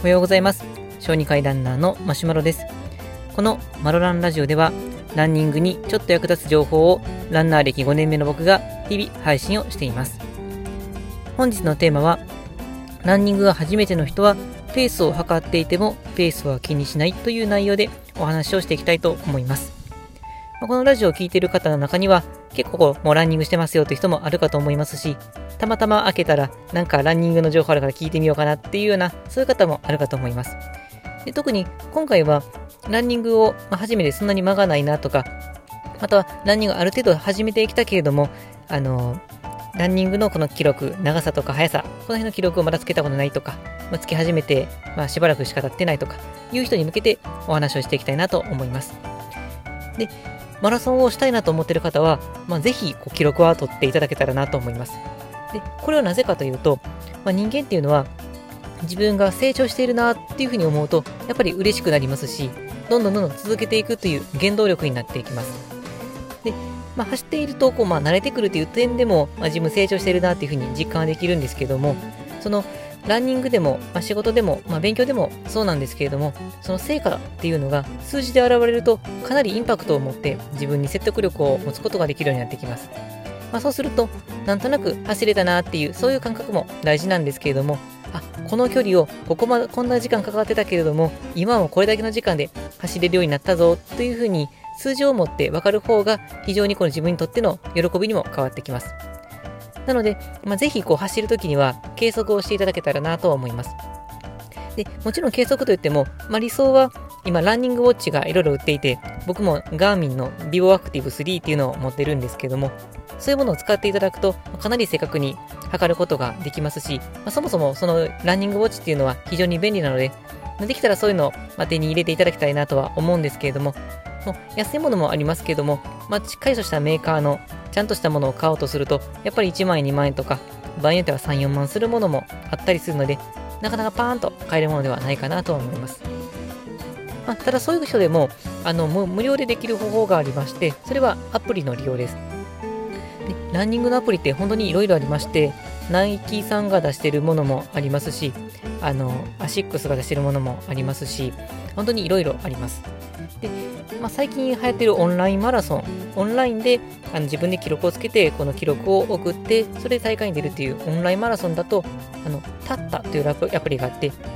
おはようございます。小児科医ランナーのマシュマロです。このマロランラジオでは、ランニングにちょっと役立つ情報をランナー歴5年目の僕が日々配信をしています。本日のテーマは、ランニングが初めての人はペースを測っていてもペースは気にしないという内容でお話をしていきたいと思います。このラジオを聞いている方の中には結構もうランニングしてますよという人もあるかと思いますし、たまたま開けたらなんかランニングの情報あるから聞いてみようかなっていうようなそういう方もあるかと思います。で、特に今回はランニングを初めてそんなに間がないなとか、またはランニングある程度始めてきたけれどもランニングのこの記録、長さとか速さ、この辺の記録をまだつけたことないとか、つけ始めてしばらくしか経ってないとかいう人に向けてお話をしていきたいなと思います。で、マラソンをしたいなと思っている方は、ぜひ記録は取っていただけたらなと思います。で、これはなぜかというと、人間っていうのは自分が成長しているなっていうふうに思うと、やっぱり嬉しくなりますし、どんどん続けていくという原動力になっていきます。で、走っていると慣れてくるという点でも、自分成長しているなっていうふうに実感はできるんですけども、そのランニングでも、仕事でも、勉強でもそうなんですけれども、その成果っていうのが数字で現れるとかなりインパクトを持って自分に説得力を持つことができるようになってきます。そうするとなんとなく走れたなっていうそういう感覚も大事なんですけれども、この距離をこんな時間かかってたけれども今はもうこれだけの時間で走れるようになったぞというふうに数字を持って分かる方が非常にこの自分にとっての喜びにも変わってきます。なので、ぜひ走るときには計測をしていただけたらなと思います。で、もちろん計測といっても、理想は今ランニングウォッチがいろいろ売っていて、僕もガーミンのビボアクティブ3っていうのを持ってるんですけども、そういうものを使っていただくとかなり正確に測ることができますし、そもそもそのランニングウォッチっていうのは非常に便利なので、できたらそういうのを手に入れていただきたいなとは思うんですけれども、安いものもありますけれども、しっかりとしたメーカーのちゃんとしたものを買おうとすると、やっぱり1万円2万円とか場合によっては3、4万するものもあったりするので、なかなかパーンと買えるものではないかなとは思います。ただそういう人でも無料でできる方法がありまして、それはアプリの利用です。で、ランニングのアプリって本当にいろいろありまして、ナイキさんが出しているものもありますし、アシックスが出しているものもありますし、本当にいろいろあります。で、最近流行っているオンラインマラソン、オンラインで自分で記録をつけて、この記録を送って、それで大会に出るというオンラインマラソンだと、タッタというアプリがあって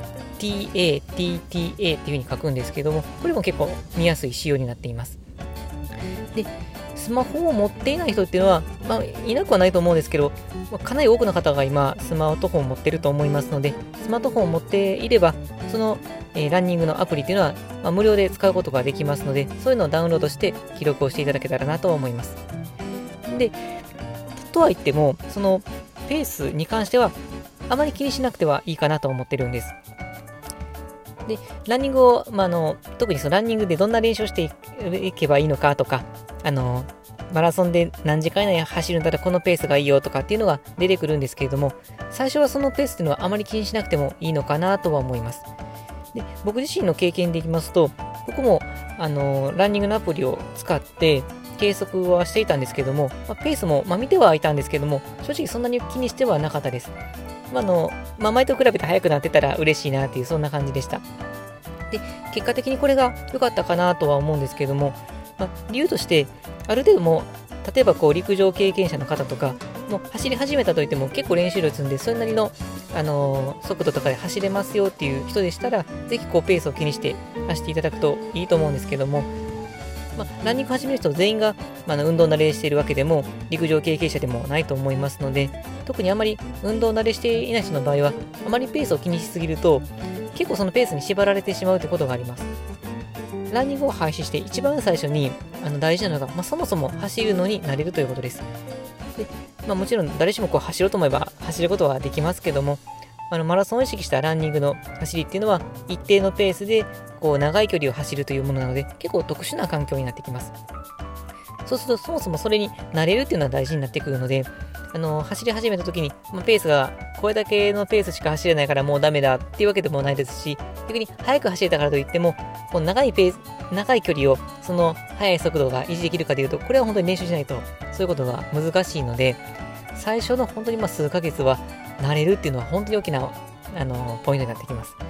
、TATTA っていう風に書くんですけども、これも結構見やすい仕様になっています。で、スマホを持っていない人っていうのは、いなくはないと思うんですけど、かなり多くの方が今、スマートフォンを持っていると思いますので、スマートフォンを持っていれば、その、ランニングのアプリっていうのは、無料で使うことができますので、そういうのをダウンロードして記録をしていただけたらなと思います。で、とは言っても、そのペースに関しては、あまり気にしなくてはいいかなと思ってるんです。で、ランニングを、特にそのランニングでどんな練習をしていけばいいのかとか、マラソンで何時間以内走るんだったらこのペースがいいよとかっていうのが出てくるんですけれども、最初はそのペースっていうのはあまり気にしなくてもいいのかなとは思います。で、僕自身の経験でいきますと、僕もランニングのアプリを使って計測はしていたんですけども、ペースも見てはいたんですけども、正直そんなに気にしてはなかったです。前と比べて速くなってたら嬉しいなっていうそんな感じでした。で、結果的にこれが良かったかなとは思うんですけども、理由としてある程度もう例えば陸上経験者の方とかもう走り始めたといっても結構練習量積んでそれなりの、速度とかで走れますよっていう人でしたら、ぜひペースを気にして走っていただくといいと思うんですけども、ランニング始める人全員が、運動慣れしているわけでも陸上経験者でもないと思いますので、特にあまり運動慣れしていない人の場合はあまりペースを気にしすぎると結構そのペースに縛られてしまうということがあります。ランニングを廃止して一番最初に大事なのが、そもそも走るのに慣れるということです。で、もちろん誰しも走ろうと思えば走ることはできますけども、マラソンを意識したランニングの走りっていうのは一定のペースで長い距離を走るというものなので、結構特殊な環境になってきます。そうするとそもそもそれに慣れるっていうのは大事になってくるので、走り始めた時に、ペースがこれだけのペースしか走れないからもうダメだっていうわけでもないですし、逆に速く走れたからといっても長い距離をその速い速度が維持できるかというと、これは本当に練習しないとそういうことが難しいので、最初の本当に数ヶ月は慣れるっていうのは本当に大きなポイントになってきます。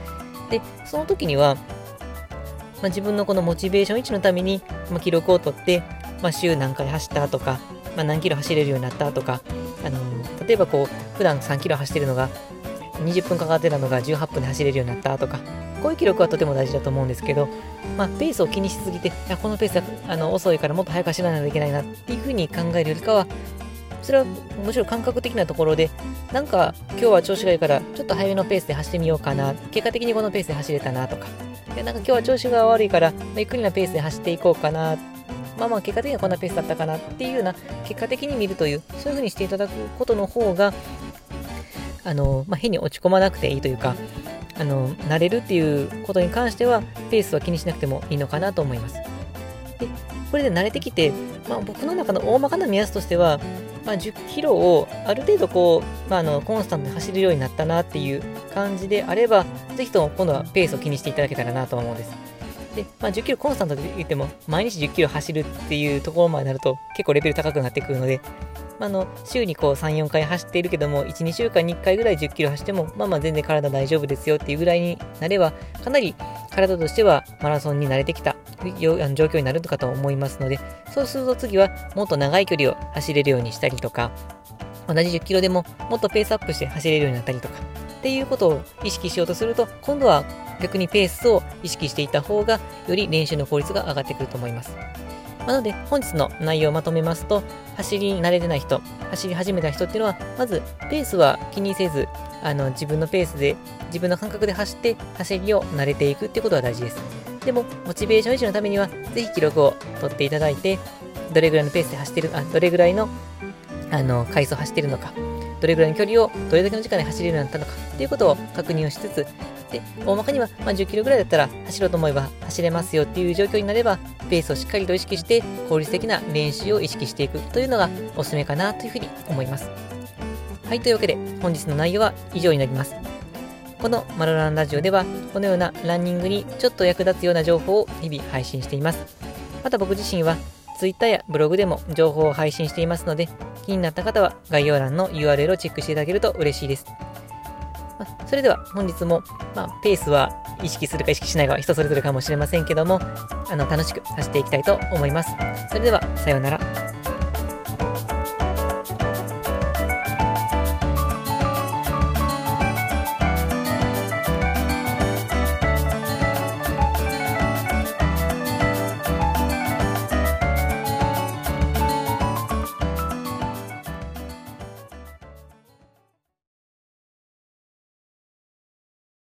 で、その時には、自分のこのモチベーション維持のために、記録を取って、週何回走ったとか、何キロ走れるようになったとか、例えば普段3キロ走ってるのが、20分かかってたのが18分で走れるようになったとか、こういう記録はとても大事だと思うんですけど、ペースを気にしすぎて、いやこのペースは遅いからもっと速く走らないといけないなっていうふうに考えるよりかは、それはもちろん感覚的なところで、なんか今日は調子がいいから、ちょっと速めのペースで走ってみようかな、結果的にこのペースで走れたなとか、でなんか今日は調子が悪いから、ゆっくりなペースで走っていこうかな、結果的にはこんなペースだったかなっていうような、結果的に見るという、そういうふうにしていただくことの方が、変に落ち込まなくていいというか、慣れるっていうことに関しては、ペースは気にしなくてもいいのかなと思います。で、これで慣れてきて、僕の中の大まかな目安としては、10キロをある程度コンスタントに走れるようになったなっていう感じであれば、ぜひとも今度はペースを気にしていただけたらなと思うんです。で、10キロコンスタントで言っても、毎日10キロ走るっていうところまでなると結構レベル高くなってくるので、週に3、4回走っているけども、1、2週間に1回ぐらい10キロ走っても、全然体大丈夫ですよっていうぐらいになれば、かなり体としてはマラソンに慣れてきた状況になるかと思いますので、そうすると次はもっと長い距離を走れるようにしたりとか、同じ10キロでももっとペースアップして走れるようになったりとか、っていうことを意識しようとすると、今度は逆にペースを意識していった方が、より練習の効率が上がってくると思います。なので、本日の内容をまとめますと、走り慣れてない人、走り始めた人っていうのは、まず、ペースは気にせず、自分のペースで、自分の感覚で走って、走りを慣れていくっていうことが大事です。でも、モチベーション維持のためには、ぜひ記録を取っていただいて、どれぐらいのペースで走ってる、どれぐらいの、回数走ってるのか、どれぐらいの距離をどれだけの時間で走れるようになったのかっていうことを確認をしつつ、で、大まかには、10キロぐらいだったら走ろうと思えば走れますよっていう状況になれば、ペースをしっかりと意識して、効率的な練習を意識していくというのがおすすめかなというふうに思います。はい、というわけで本日の内容は以上になります。このマロランラジオでは、このようなランニングにちょっと役立つような情報を日々配信しています。また僕自身は、Twitter やブログでも情報を配信していますので、気になった方は概要欄の URL をチェックしていただけると嬉しいです。それでは本日も、ペースは意識するか意識しないかは人それぞれかもしれませんけども、楽しく走っていきたいと思います。それでは、さようなら。